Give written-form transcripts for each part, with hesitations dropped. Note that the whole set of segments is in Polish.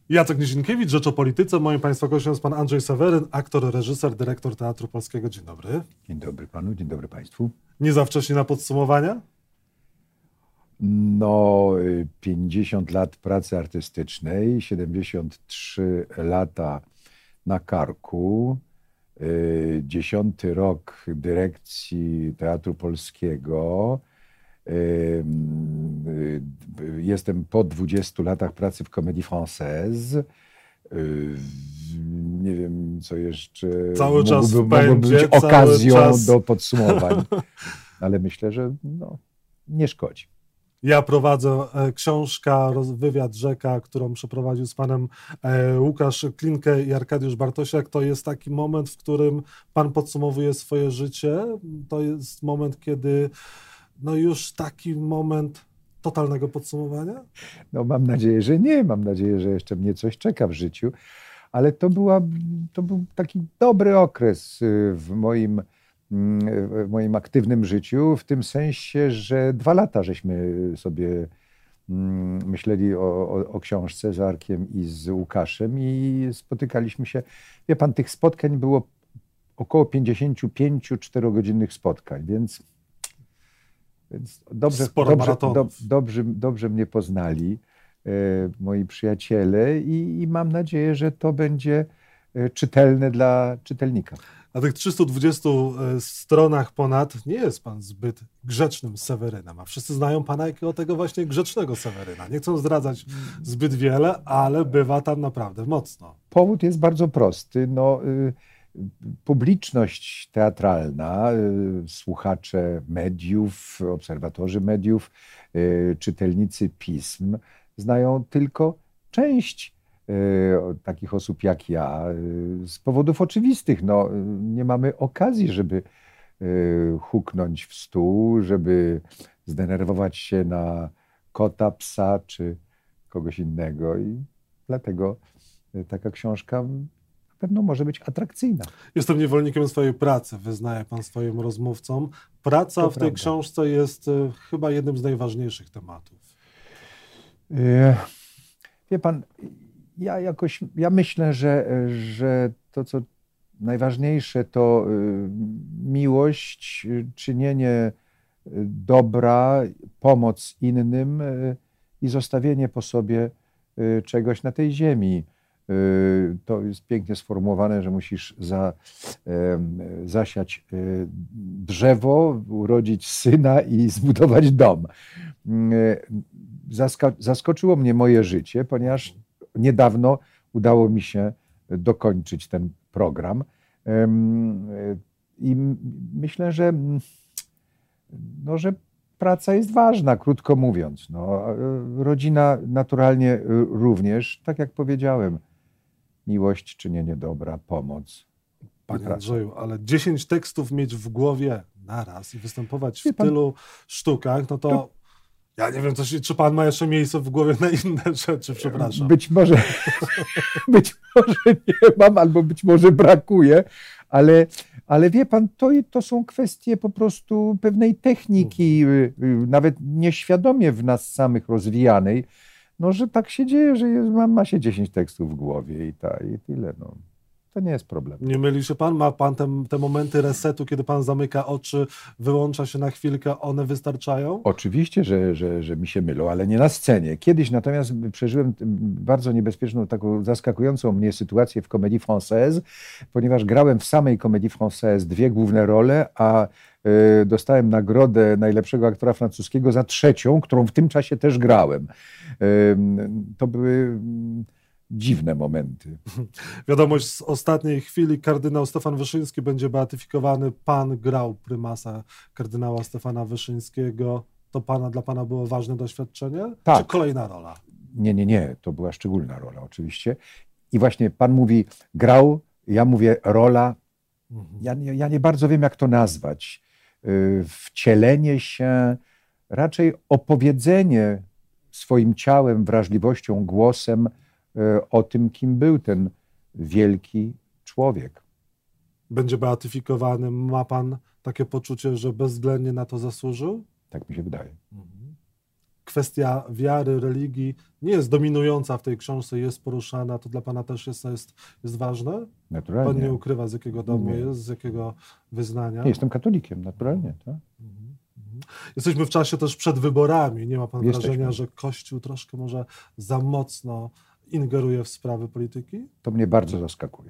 Jacek Nizinkiewicz, Rzecz o Polityce. Moim państwa gościem jest pan Andrzej Seweryn, aktor, reżyser, dyrektor Teatru Polskiego. Dzień dobry. Dzień dobry panu, dzień dobry państwu. Nie za wcześnie na podsumowania? No, 50 lat pracy artystycznej, 73 lata na karku, 10 rok dyrekcji Teatru Polskiego. Jestem po 20 latach pracy w Comédie Française. Nie wiem, co jeszcze cały czas mogłoby być okazją do podsumowań, ale myślę, że no, nie szkodzi. Ja prowadzę książka, wywiad Rzeka, którą przeprowadził z panem Łukasz Klinkę i Arkadiusz Bartosiak. To jest taki moment, w którym pan podsumowuje swoje życie. To jest moment, kiedy no już taki moment totalnego podsumowania? No mam nadzieję, że nie. Mam nadzieję, że jeszcze mnie coś czeka w życiu. Ale to był taki dobry okres w moim aktywnym życiu, w tym sensie, że 2 lata żeśmy sobie myśleli o książce z Arkiem i z Łukaszem i spotykaliśmy się. Wie pan, tych spotkań było około 55 4-godzinnych spotkań, więc dobrze mnie poznali moi przyjaciele i mam nadzieję, że to będzie czytelne dla czytelnika. Na tych 320 stronach ponad nie jest pan zbyt grzecznym Sewerynem, a wszyscy znają pana jako tego właśnie grzecznego Seweryna. Nie chcą zdradzać zbyt wiele, ale bywa tam naprawdę mocno. Powód jest bardzo prosty. No, publiczność teatralna, słuchacze mediów, obserwatorzy mediów, czytelnicy pism znają tylko część takich osób jak ja z powodów oczywistych. No, nie mamy okazji, żeby huknąć w stół, żeby zdenerwować się na kota, psa czy kogoś innego i dlatego taka książka na pewno może być atrakcyjna. Jestem niewolnikiem swojej pracy, wyznaje pan swoim rozmówcom. Praca w tej książce jest chyba jednym z najważniejszych tematów. Wie pan, ja myślę, że to, co najważniejsze, to miłość, czynienie dobra, pomoc innym i zostawienie po sobie czegoś na tej ziemi. To jest pięknie sformułowane, że musisz zasiać drzewo, urodzić syna i zbudować dom. Zaskoczyło mnie moje życie, ponieważ niedawno udało mi się dokończyć ten program i myślę, że praca jest ważna, krótko mówiąc. No, rodzina naturalnie również, tak jak powiedziałem, miłość, czynienie dobra, pomoc. Panie Andrzeju, ale 10 tekstów mieć w głowie naraz i występować w tylu sztukach, no to ja nie wiem, czy pan ma jeszcze miejsce w głowie na inne rzeczy, przepraszam. Być może nie mam, albo być może brakuje, ale wie pan, to są kwestie po prostu pewnej techniki, nawet nieświadomie w nas samych rozwijanej, no, że tak się dzieje, że ma się 10 tekstów w głowie i tyle. No. To nie jest problem. Nie myli się pan? Ma pan te momenty resetu, kiedy pan zamyka oczy, wyłącza się na chwilkę, one wystarczają? Oczywiście, że mi się mylą, ale nie na scenie. Kiedyś natomiast przeżyłem bardzo niebezpieczną, taką zaskakującą mnie sytuację w Comédie Française, ponieważ grałem w samej Comédie Française 2 główne role, a dostałem nagrodę najlepszego aktora francuskiego za 3., którą w tym czasie też grałem. To były dziwne momenty. Wiadomość z ostatniej chwili, kardynał Stefan Wyszyński będzie beatyfikowany. Pan grał prymasa kardynała Stefana Wyszyńskiego. To dla pana było ważne doświadczenie? Tak. Czy kolejna rola? Nie. To była szczególna rola oczywiście. I właśnie pan mówi grał, ja mówię rola. Ja nie bardzo wiem, jak to nazwać. Wcielenie się, raczej opowiedzenie swoim ciałem, wrażliwością, głosem o tym, kim był ten wielki człowiek. Będzie beatyfikowany. Ma pan takie poczucie, że bezwzględnie na to zasłużył? Tak mi się wydaje. kwestia wiary, religii nie jest dominująca w tej książce, jest poruszana, to dla pana też jest ważne? Naturalnie. Pan nie ukrywa, z jakiego domu jest, z jakiego wyznania? Nie, jestem katolikiem, naturalnie. Tak? Jesteśmy w czasie też przed wyborami. Nie ma pan Jesteśmy. wrażenia, że Kościół troszkę może za mocno ingeruje w sprawy polityki? To mnie bardzo zaskakuje.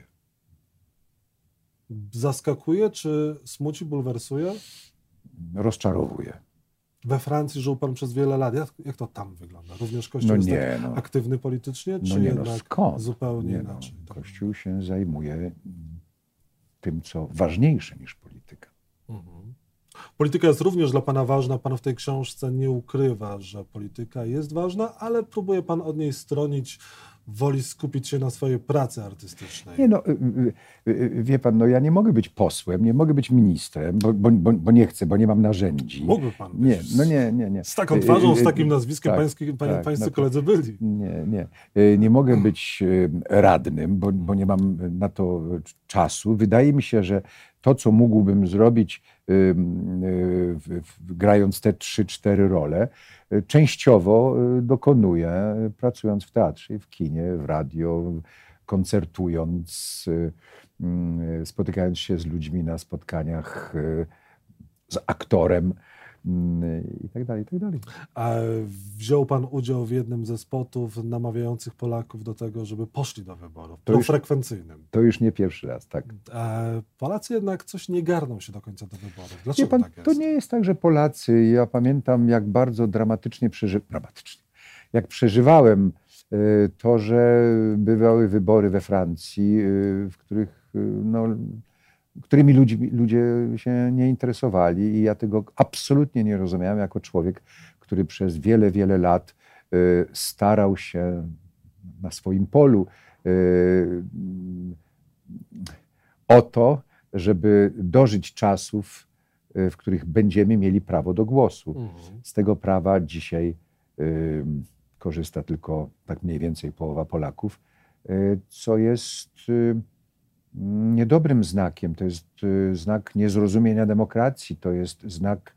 Zaskakuje, czy smuci, bulwersuje? Rozczarowuje. We Francji żył pan przez wiele lat. Jak to tam wygląda? Również Kościół jest tak aktywny politycznie, czy jednak zupełnie inaczej? Kościół się zajmuje tym, co ważniejsze niż polityka. Polityka jest również dla pana ważna. Pan w tej książce nie ukrywa, że polityka jest ważna, ale próbuje pan od niej stronić, woli skupić się na swojej pracy artystycznej. Nie no, wie pan, no ja nie mogę być posłem, nie mogę być ministrem, bo nie chcę, bo nie mam narzędzi. Mógłby pan być. Nie. Z taką twarzą, z takim nazwiskiem pańscy koledzy byli. Nie mogę być radnym, bo nie mam na to czasu. Wydaje mi się, że to, co mógłbym zrobić, grając te 3-4 role, częściowo dokonuję, pracując w teatrze, w kinie, w radio, koncertując, spotykając się z ludźmi na spotkaniach, z aktorem i tak dalej, i tak dalej. A wziął pan udział w jednym ze spotów namawiających Polaków do tego, żeby poszli do wyborów, profrekwencyjnym. To już nie pierwszy raz, tak. Polacy jednak coś nie garną się do końca do wyborów. Dlaczego tak jest? To nie jest tak, że Polacy, ja pamiętam, jak bardzo dramatycznie jak przeżywałem to, że bywały wybory we Francji, w których którymi ludzie się nie interesowali i ja tego absolutnie nie rozumiałem jako człowiek, który przez wiele, wiele lat starał się na swoim polu o to, żeby dożyć czasów, w których będziemy mieli prawo do głosu. Z tego prawa dzisiaj korzysta tylko tak mniej więcej połowa Polaków, co jest niedobrym znakiem. To jest znak niezrozumienia demokracji, to jest znak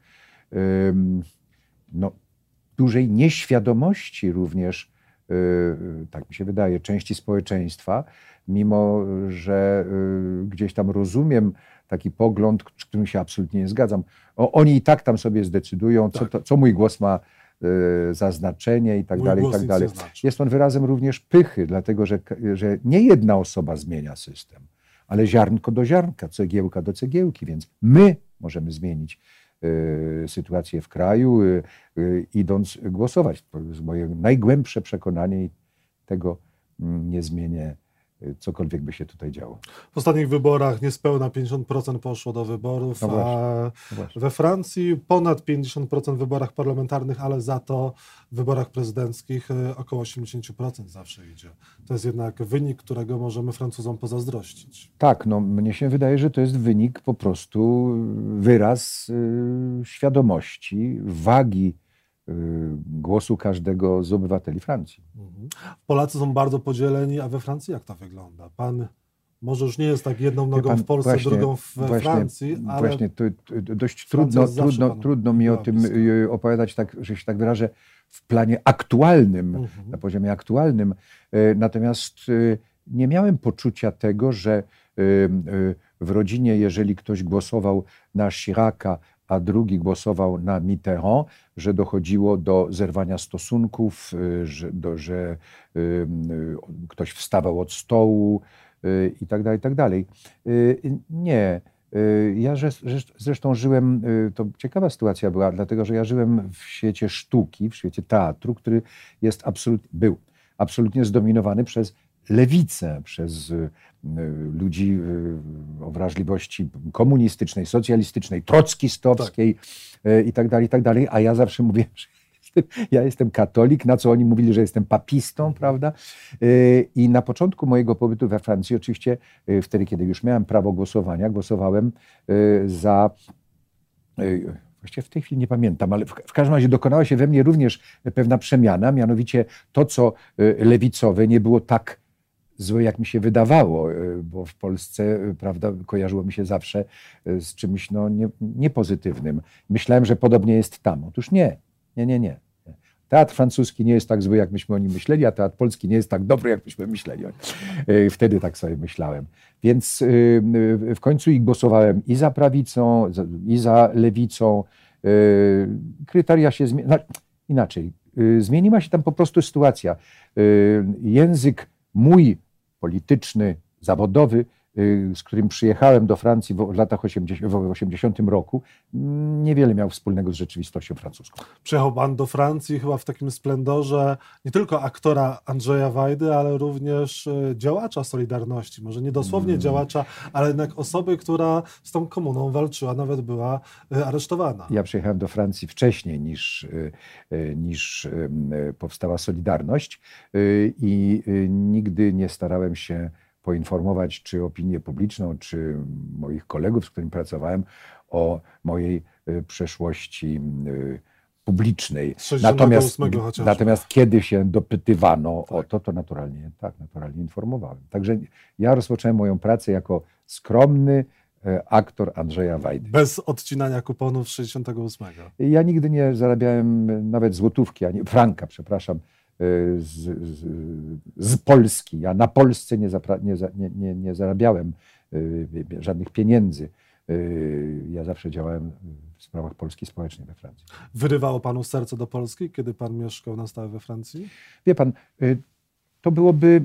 dużej nieświadomości również, tak mi się wydaje, części społeczeństwa, mimo że gdzieś tam rozumiem taki pogląd, z którym się absolutnie nie zgadzam. Oni i tak tam sobie zdecydują, co mój głos ma za znaczenie i tak dalej, i tak dalej. Jest on wyrazem również pychy, dlatego że nie jedna osoba zmienia system, ale ziarnko do ziarnka, cegiełka do cegiełki, więc my możemy zmienić sytuację w kraju, idąc głosować. To jest moje najgłębsze przekonanie i tego nie zmienię, cokolwiek by się tutaj działo. W ostatnich wyborach niespełna 50% poszło do wyborów, a we Francji ponad 50% w wyborach parlamentarnych, ale za to w wyborach prezydenckich około 80% zawsze idzie. To jest jednak wynik, którego możemy Francuzom pozazdrościć. Tak, mnie się wydaje, że to jest wynik po prostu, wyraz świadomości, wagi głosu każdego z obywateli Francji. Polacy są bardzo podzieleni, a we Francji jak to wygląda? Pan może już nie jest tak jedną nogą w Polsce, drugą we Francji, ale... Właśnie, to dość trudno mi o tym opowiadać, że się tak wyrażę, w planie aktualnym, na poziomie aktualnym. Natomiast nie miałem poczucia tego, że w rodzinie, jeżeli ktoś głosował na Chiraca, a drugi głosował na Mitterrand, że dochodziło do zerwania stosunków, że ktoś wstawał od stołu i tak dalej, i tak dalej. Nie. Ja zresztą żyłem, to ciekawa sytuacja była, dlatego że ja żyłem w świecie sztuki, w świecie teatru, który był absolutnie zdominowany przez lewicę, przez ludzi o wrażliwości komunistycznej, socjalistycznej, trockistowskiej i tak dalej, a ja zawsze mówiłem, że ja jestem katolik, na co oni mówili, że jestem papistą, prawda? I na początku mojego pobytu we Francji, oczywiście wtedy, kiedy już miałem prawo głosowania, głosowałem za... Właściwie w tej chwili nie pamiętam, ale w każdym razie dokonała się we mnie również pewna przemiana, mianowicie to, co lewicowe, nie było tak złe, jak mi się wydawało, bo w Polsce, prawda, kojarzyło mi się zawsze z czymś niepozytywnym. Myślałem, że podobnie jest tam. Otóż nie. teatr francuski nie jest tak zły, jak myśmy o nim myśleli, a teatr polski nie jest tak dobry, jak myśmy myśleli. Wtedy tak sobie myślałem. Więc w końcu i głosowałem i za prawicą, i za lewicą. Kryteria się inaczej. Zmieniła się tam po prostu sytuacja. Język mój polityczny, zawodowy, z którym przyjechałem do Francji w latach 80 roku, niewiele miał wspólnego z rzeczywistością francuską. Przyjechał pan do Francji chyba w takim splendorze nie tylko aktora Andrzeja Wajdy, ale również działacza Solidarności. Może nie dosłownie działacza, ale jednak osoby, która z tą komuną walczyła, nawet była aresztowana. Ja przyjechałem do Francji wcześniej niż powstała Solidarność i nigdy nie starałem się poinformować czy opinię publiczną, czy moich kolegów, z którymi pracowałem, o mojej przeszłości publicznej. Natomiast kiedy się dopytywano o to naturalnie informowałem. Także ja rozpocząłem moją pracę jako skromny aktor Andrzeja Wajdy. Bez odcinania kuponów z 68. Ja nigdy nie zarabiałem nawet złotówki, ani franka, przepraszam, z Polski. Ja na Polsce nie zarabiałem żadnych pieniędzy. Ja zawsze działałem w sprawach Polski społecznej we Francji. Wyrywało panu serce do Polski, kiedy pan mieszkał na stałe we Francji? Wie pan, to byłoby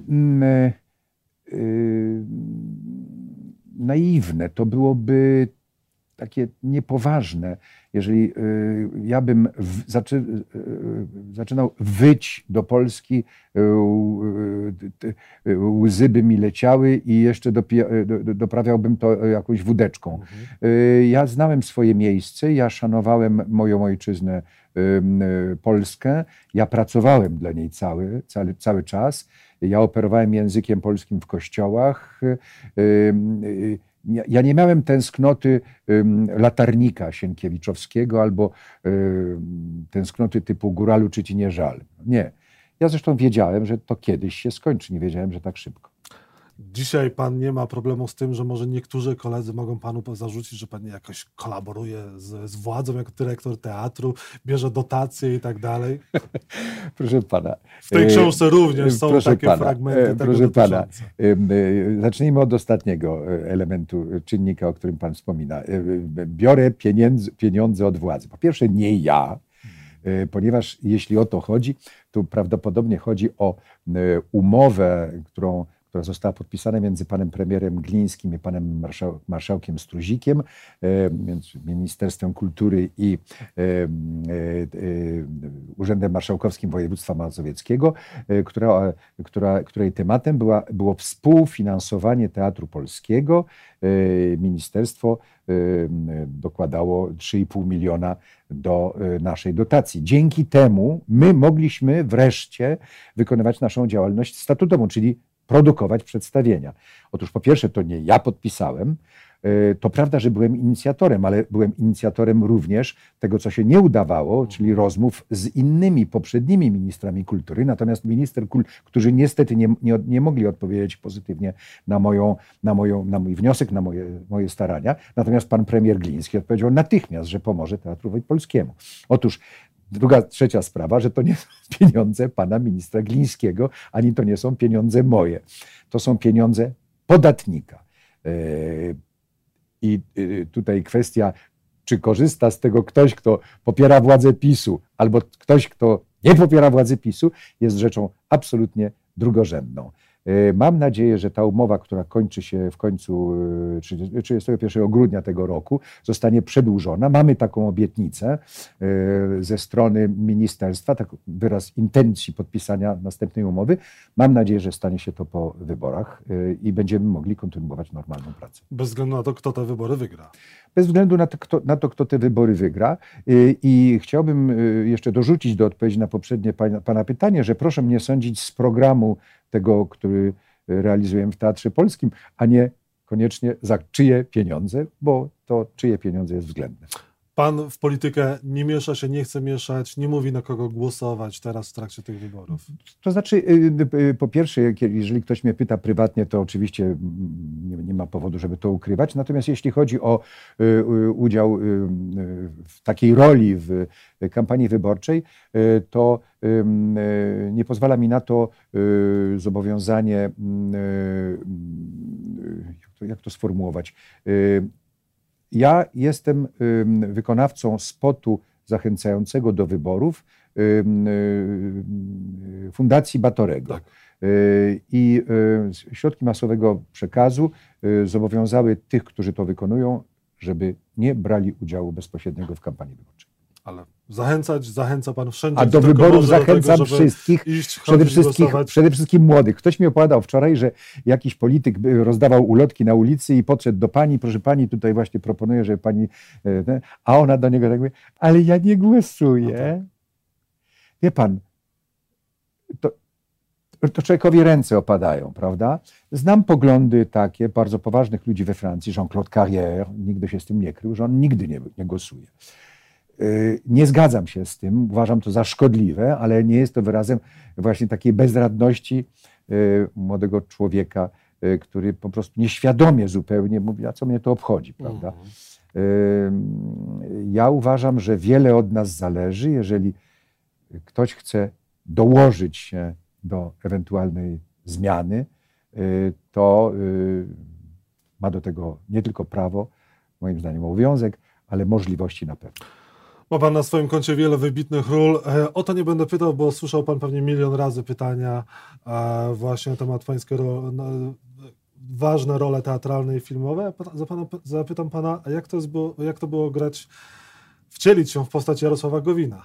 naiwne, to byłoby takie niepoważne, jeżeli ja bym zaczynał wyć do Polski, łzy by mi leciały i jeszcze doprawiałbym to jakąś wódeczką. Ja znałem swoje miejsce, ja szanowałem moją ojczyznę Polskę, ja pracowałem dla niej cały czas, ja operowałem językiem polskim w kościołach. Ja nie miałem tęsknoty latarnika Sienkiewiczowskiego albo tęsknoty typu góralu, czy ci nie żal. Nie. Ja zresztą wiedziałem, że to kiedyś się skończy. Nie wiedziałem, że tak szybko. Dzisiaj pan nie ma problemu z tym, że może niektórzy koledzy mogą panu zarzucić, że pan jakoś kolaboruje z władzą jako dyrektor teatru, bierze dotacje i tak dalej? Proszę pana. W tej książce również są takie fragmenty tego proszę pana, dotyczące. zacznijmy od ostatniego elementu, czynnika, o którym pan wspomina. Biorę pieniądze od władzy. Po pierwsze, nie ja, ponieważ jeśli o to chodzi, to prawdopodobnie chodzi o umowę, która została podpisana między panem premierem Glińskim i panem marszałkiem Struzikiem, między Ministerstwem Kultury i Urzędem Marszałkowskim Województwa Mazowieckiego, której tematem było współfinansowanie Teatru Polskiego. Ministerstwo dokładało 3,5 miliona do naszej dotacji. Dzięki temu my mogliśmy wreszcie wykonywać naszą działalność statutową, czyli produkować przedstawienia. Otóż po pierwsze to nie ja podpisałem, to prawda, że byłem inicjatorem, ale byłem inicjatorem również tego, co się nie udawało, czyli rozmów z innymi poprzednimi ministrami kultury, natomiast którzy niestety nie mogli odpowiedzieć pozytywnie na mój wniosek, na moje starania, natomiast pan premier Gliński odpowiedział natychmiast, że pomoże Teatrowi Polskiemu. Otóż trzecia sprawa, że to nie są pieniądze pana ministra Glińskiego, ani to nie są pieniądze moje. To są pieniądze podatnika. I tutaj kwestia, czy korzysta z tego ktoś, kto popiera władzę PiS-u, albo ktoś, kto nie popiera władzy PiS-u, jest rzeczą absolutnie drugorzędną. Mam nadzieję, że ta umowa, która kończy się w końcu 31 grudnia tego roku, zostanie przedłużona. Mamy taką obietnicę ze strony ministerstwa, tak wyraz intencji podpisania następnej umowy. Mam nadzieję, że stanie się to po wyborach i będziemy mogli kontynuować normalną pracę. Bez względu na to, kto te wybory wygra. Bez względu na to, kto te wybory wygra. I chciałbym jeszcze dorzucić do odpowiedzi na poprzednie pana pytanie, że proszę mnie sądzić z programu tego, który realizujemy w Teatrze Polskim, a nie koniecznie za czyje pieniądze, bo to czyje pieniądze jest względne. Pan w politykę nie miesza się, nie chce mieszać, nie mówi na kogo głosować teraz w trakcie tych wyborów. To znaczy, po pierwsze, jeżeli ktoś mnie pyta prywatnie, to oczywiście nie nie ma powodu, żeby to ukrywać. Natomiast jeśli chodzi o udział w takiej roli w kampanii wyborczej, to nie pozwala mi na to zobowiązanie, jak to sformułować. Ja jestem wykonawcą spotu zachęcającego do wyborów Fundacji Batorego. Tak. I środki masowego przekazu zobowiązały tych, którzy to wykonują, żeby nie brali udziału bezpośredniego w kampanii wyborczej. Ale zachęca pan wszędzie. A do wyborów zachęcam wszystkich, przede wszystkim młodych. Ktoś mi opowiadał wczoraj, że jakiś polityk rozdawał ulotki na ulicy i podszedł do pani, proszę pani, tutaj właśnie proponuję, żeby pani... A ona do niego tak mówi, ale ja nie głosuję. No tak. Wie pan, to człowiekowi ręce opadają, prawda? Znam poglądy takie bardzo poważnych ludzi we Francji, Jean-Claude Carrière, nigdy się z tym nie krył, że on nigdy nie głosuje. Nie zgadzam się z tym, uważam to za szkodliwe, ale nie jest to wyrazem właśnie takiej bezradności młodego człowieka, który po prostu nieświadomie zupełnie mówi, a co mnie to obchodzi, prawda? Ja uważam, że wiele od nas zależy, jeżeli ktoś chce dołożyć się do ewentualnej zmiany, to ma do tego nie tylko prawo, moim zdaniem obowiązek, ale możliwości na pewno. Ma pan na swoim koncie wiele wybitnych ról. O to nie będę pytał, bo słyszał pan pewnie milion razy pytania właśnie na temat pańskiej ważne role teatralne i filmowe. Zapytam pana, a jak to było grać, wcielić się w postać Jarosława Gowina?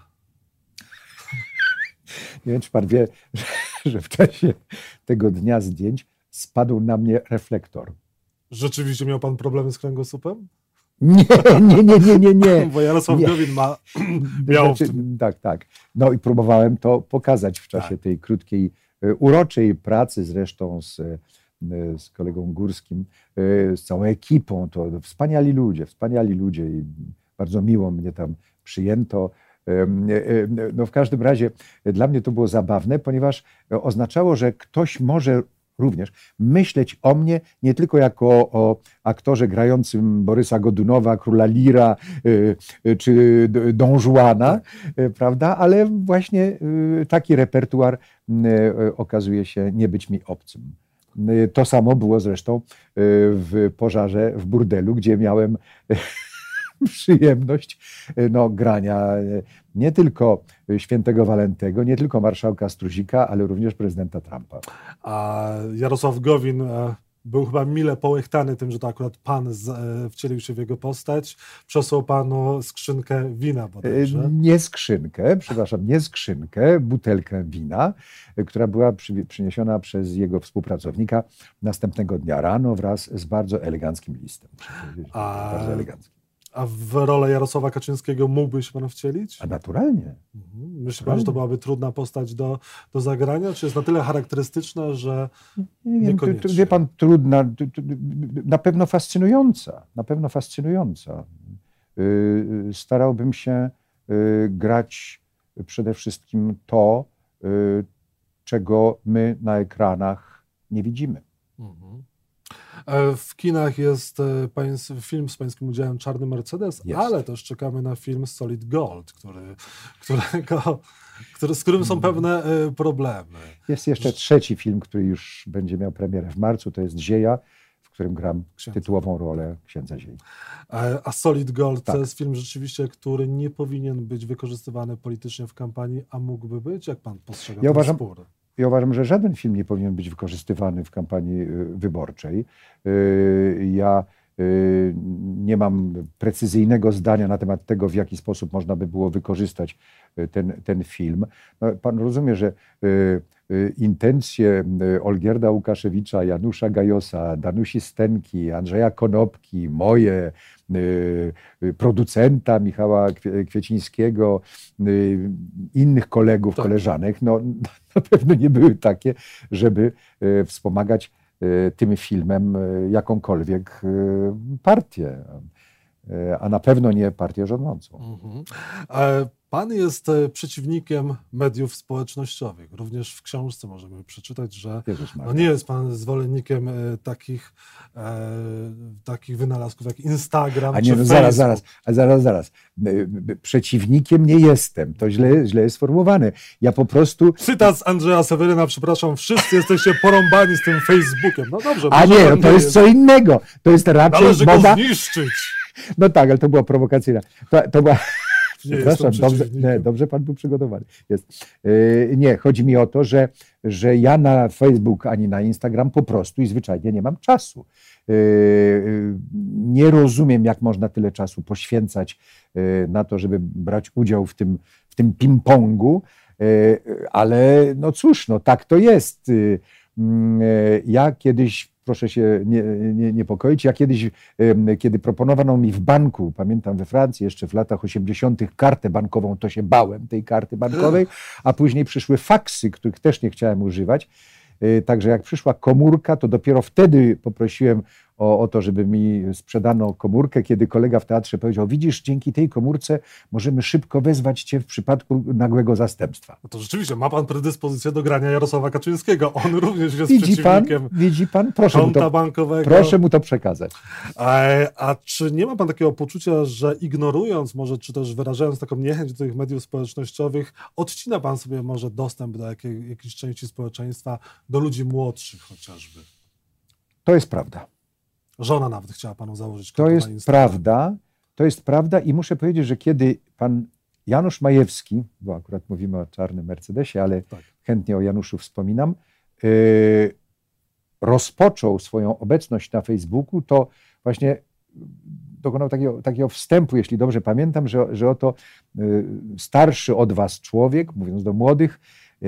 Nie wiem, czy pan wie, że w czasie tego dnia zdjęć spadł na mnie reflektor. Rzeczywiście miał pan problemy z kręgosłupem? Nie. Bo Jarosław Gowin miał... Tak. No i próbowałem to pokazać w czasie tej krótkiej, uroczej pracy zresztą z kolegą Górskim, z całą ekipą. To wspaniali ludzie i bardzo miło mnie tam przyjęto. No w każdym razie dla mnie to było zabawne, ponieważ oznaczało, że ktoś może również myśleć o mnie nie tylko jako o aktorze grającym Borysa Godunowa, Króla Lira czy Don Juana, prawda? Ale właśnie taki repertuar okazuje się nie być mi obcym. To samo było zresztą w Pożarze w burdelu, gdzie miałem przyjemność grania nie tylko świętego Walentego, nie tylko marszałka Struzika, ale również prezydenta Trumpa. A Jarosław Gowin był chyba mile połechtany tym, że to akurat pan wcielił się w jego postać. Przesłał panu skrzynkę wina bodajże. Nie skrzynkę, butelkę wina, która była przyniesiona przez jego współpracownika następnego dnia rano wraz z bardzo eleganckim listem. Bardzo eleganckim. A w rolę Jarosława Kaczyńskiego mógłby się pan wcielić? A naturalnie. Myśli pan, że to byłaby trudna postać do zagrania? Czy jest na tyle charakterystyczna, że niekoniecznie? Wie pan, trudna, na pewno fascynująca. Starałbym się grać przede wszystkim to, czego my na ekranach nie widzimy. W kinach jest film z pańskim udziałem Czarny Mercedes, ale też czekamy na film Solid Gold, z którym są pewne problemy. Jest jeszcze trzeci film, który już będzie miał premierę w marcu, to jest Zieja, w którym gram tytułową rolę księdza Ziei. A Solid Gold to jest film rzeczywiście, który nie powinien być wykorzystywany politycznie w kampanii, a mógłby być? Jak pan postrzega ten spór? Ja uważam, że żaden film nie powinien być wykorzystywany w kampanii wyborczej. Ja nie mam precyzyjnego zdania na temat tego, w jaki sposób można by było wykorzystać ten film. No, pan rozumie, że intencje Olgierda Łukaszewicza, Janusza Gajosa, Danusi Stenki, Andrzeja Konopki, moje, producenta Michała Kwiecińskiego, innych kolegów, koleżanek, no na pewno nie były takie, żeby wspomagać tym filmem jakąkolwiek partię, a na pewno nie partię rządzącą. Pan jest przeciwnikiem mediów społecznościowych. Również w książce możemy przeczytać, że nie jest pan zwolennikiem takich wynalazków jak Instagram A czy nie, no zaraz. Przeciwnikiem nie jestem. To źle jest sformułowane. Ja po prostu... Cytat z Andrzeja Seweryna, przepraszam, wszyscy jesteście porąbani z tym Facebookiem. No dobrze. A nie, no to jest co innego. To jest raczej należy moda... go zniszczyć. No tak, ale to była prowokacyjna. To była... Przepraszam, dobrze pan był przygotowany. Jest. Nie, chodzi mi o to, że ja na Facebook ani na Instagram po prostu i zwyczajnie nie mam czasu. Nie rozumiem, jak można tyle czasu poświęcać na to, żeby brać udział w tym ping-pongu, ale no cóż, no tak to jest. Ja kiedyś, proszę się nie niepokoić, ja kiedyś, kiedy proponowano mi w banku, pamiętam we Francji jeszcze w latach 80. kartę bankową, to się bałem tej karty bankowej, a później przyszły faksy, których też nie chciałem używać. Także jak przyszła komórka, to dopiero wtedy poprosiłem o to, żeby mi sprzedano komórkę, kiedy kolega w teatrze powiedział: widzisz, dzięki tej komórce możemy szybko wezwać cię w przypadku nagłego zastępstwa. No to rzeczywiście, ma pan predyspozycję do grania Jarosława Kaczyńskiego. On również jest przeciwnikiem widzi pan? Konta bankowego. Proszę mu to przekazać. A czy nie ma pan takiego poczucia, że ignorując może, czy też wyrażając taką niechęć do tych mediów społecznościowych, odcina pan sobie może dostęp do jakiejś części społeczeństwa, do ludzi młodszych chociażby? To jest prawda. Żona nawet chciała panu założyć konto na Instagram. To jest prawda i muszę powiedzieć, że kiedy pan Janusz Majewski, bo akurat mówimy o czarnym Mercedesie, ale tak, chętnie o Januszu wspominam, rozpoczął swoją obecność na Facebooku, to właśnie dokonał takiego wstępu, jeśli dobrze pamiętam, że oto starszy od was człowiek, mówiąc do młodych,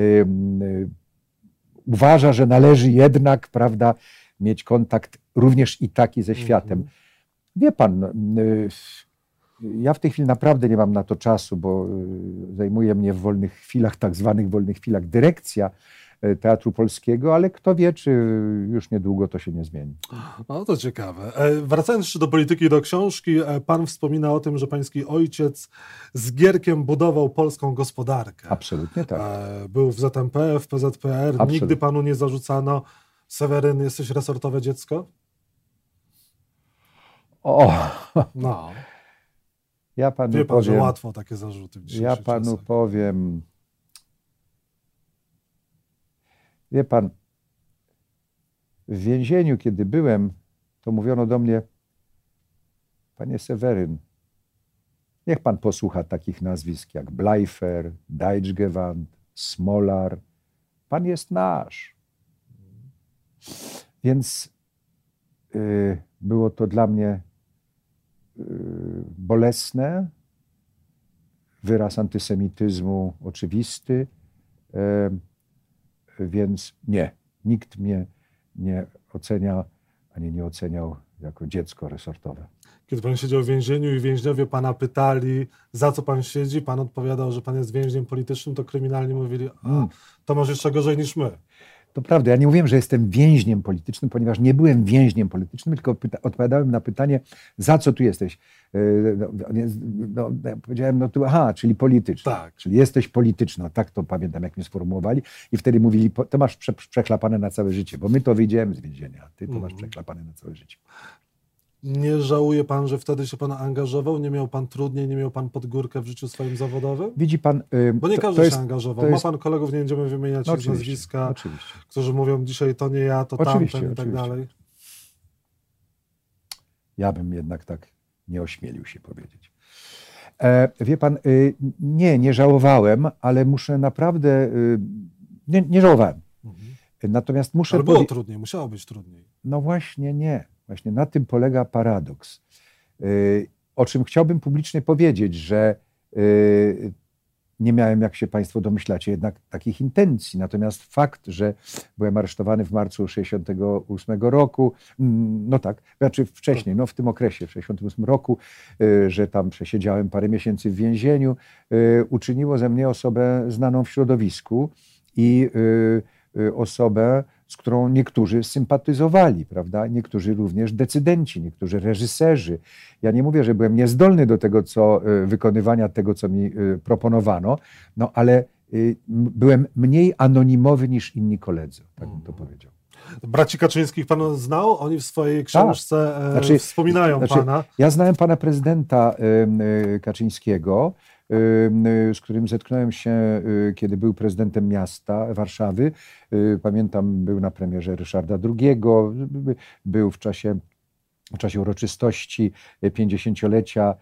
uważa, że należy jednak, prawda, mieć kontakt również i taki ze światem. Wie pan, ja w tej chwili naprawdę nie mam na to czasu, bo zajmuje mnie w wolnych chwilach, tak zwanych wolnych chwilach, dyrekcja Teatru Polskiego, ale kto wie, czy już niedługo to się nie zmieni. No to ciekawe. Wracając jeszcze do polityki, do książki, pan wspomina o tym, że pański ojciec z Gierkiem budował polską gospodarkę. Absolutnie tak. Był w ZMP, w PZPR. Absolutnie. Nigdy panu nie zarzucano: Seweryn, jesteś resortowe dziecko? No. Ja panu Wie pan, powiem, że łatwo takie zarzuty w dzisiejszych Ja panu czasach. powiem, wie pan, w więzieniu, kiedy byłem, to mówiono do mnie: panie Seweryn, niech pan posłucha takich nazwisk jak Bleifer, Deichgewand, Smolar. Pan jest nasz. Więc było to dla mnie bolesne, wyraz antysemityzmu oczywisty, więc nikt mnie nie ocenia, ani nie oceniał jako dziecko resortowe. Kiedy pan siedział w więzieniu i więźniowie pana pytali, za co pan siedzi, pan odpowiadał, że pan jest więźniem politycznym, to kryminalni mówili: to może jeszcze gorzej niż my. To prawda, ja nie mówiłem, że jestem więźniem politycznym, ponieważ nie byłem więźniem politycznym, tylko odpowiadałem na pytanie: za co tu jesteś? Ja powiedziałem: czyli polityczny. Tak. Czyli jesteś polityczny. Tak to pamiętam, jak mnie sformułowali. I wtedy mówili: to masz przeklapane na całe życie, bo my to wyjdziemy z więzienia, a ty to masz przeklapane na całe życie. Nie żałuje pan, że wtedy się pan angażował? Nie miał pan trudniej, nie miał pan pod górkę w życiu swoim zawodowym? Widzi pan... Bo nie każdy się angażował. Ma pan kolegów, nie będziemy wymieniać ich nazwiska, którzy mówią: dzisiaj to nie ja, to tamten i tak dalej. Ja bym jednak tak nie ośmielił się powiedzieć. Wie pan, nie żałowałem, ale muszę naprawdę... Nie żałowałem. Natomiast muszę... Ale było trudniej, musiało być trudniej. No właśnie nie. Właśnie na tym polega paradoks. O czym chciałbym publicznie powiedzieć, że nie miałem, jak się państwo domyślacie, jednak takich intencji. Natomiast fakt, że byłem aresztowany w marcu 1968 roku, znaczy wcześniej, w tym okresie, w 1968 roku, że tam przesiedziałem parę miesięcy w więzieniu, uczyniło ze mnie osobę znaną w środowisku i osobę, z którą niektórzy sympatyzowali, prawda? Niektórzy również decydenci, niektórzy reżyserzy. Ja nie mówię, że byłem niezdolny do tego, wykonywania tego, co mi proponowano, no ale byłem mniej anonimowy niż inni koledzy, tak bym to powiedział. Braci Kaczyńskich pan znał? Oni w swojej książce wspominają pana. Ja znałem pana prezydenta Kaczyńskiego, z którym zetknąłem się, kiedy był prezydentem miasta Warszawy. Pamiętam, był na premierze Ryszarda II, był w czasie uroczystości 50-lecia,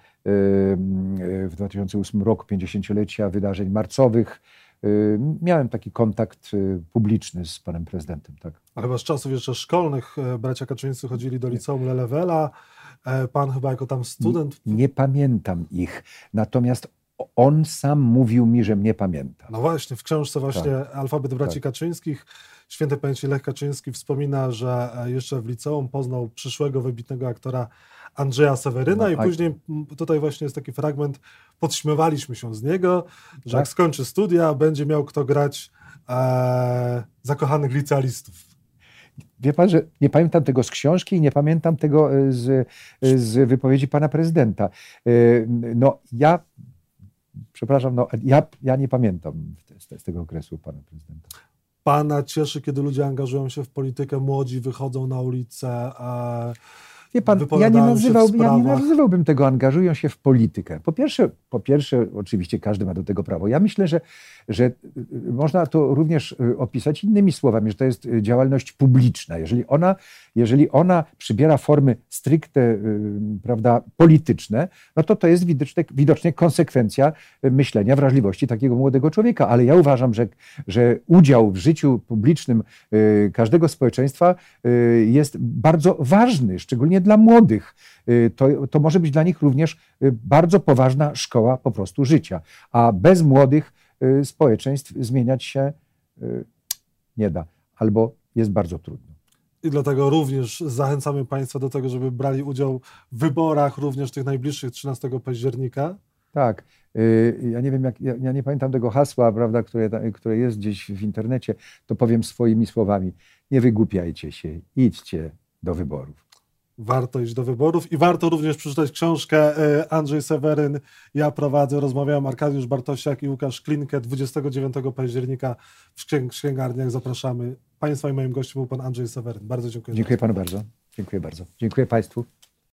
w 2008 roku 50-lecia wydarzeń marcowych. Miałem taki kontakt publiczny z panem prezydentem. Tak. A chyba z czasów jeszcze szkolnych bracia Kaczyńscy chodzili do liceum Lelewela. Pan chyba jako tam student... Nie pamiętam ich, natomiast on sam mówił mi, że mnie pamięta. No właśnie, w książce właśnie Alfabet braci Kaczyńskich świętej pamięci Lech Kaczyński wspomina, że jeszcze w liceum poznał przyszłego wybitnego aktora Andrzeja Seweryna i później tutaj właśnie jest taki fragment, podśmiewaliśmy się z niego, że jak skończy studia, będzie miał kto grać zakochanych licealistów. Wie pan, że nie pamiętam tego z książki i nie pamiętam tego z wypowiedzi pana prezydenta. No ja, przepraszam, no ja nie pamiętam z tego okresu pana prezydenta. Pana cieszy, kiedy ludzie angażują się w politykę, młodzi wychodzą na ulicę, wie pan, ja nie nazywałbym tego angażują się w politykę. Po pierwsze, oczywiście każdy ma do tego prawo. Ja myślę, że można to również opisać innymi słowami, że to jest działalność publiczna. Jeżeli ona przybiera formy stricte, prawda, polityczne, no to jest widocznie konsekwencja myślenia, wrażliwości takiego młodego człowieka. Ale ja uważam, że udział w życiu publicznym każdego społeczeństwa jest bardzo ważny, szczególnie dla młodych. To może być dla nich również bardzo poważna szkoła po prostu życia. A bez młodych społeczeństw zmieniać się nie da. Albo jest bardzo trudno. I dlatego również zachęcamy państwa do tego, żeby brali udział w wyborach również tych najbliższych 13 października. Tak. Ja nie wiem, ja nie pamiętam tego hasła, prawda, które jest gdzieś w internecie, to powiem swoimi słowami. Nie wygłupiajcie się, idźcie do wyborów. Warto iść do wyborów i warto również przeczytać książkę Andrzej Seweryn. Ja prowadzę, rozmawiałem Arkadiusz Bartosiak i Łukasz Klinkę 29 października w księgarniach. Zapraszamy Państwa i moim gościem był pan Andrzej Seweryn. Bardzo dziękuję. Dziękuję panu bardzo. Dziękuję bardzo. Dziękuję państwu.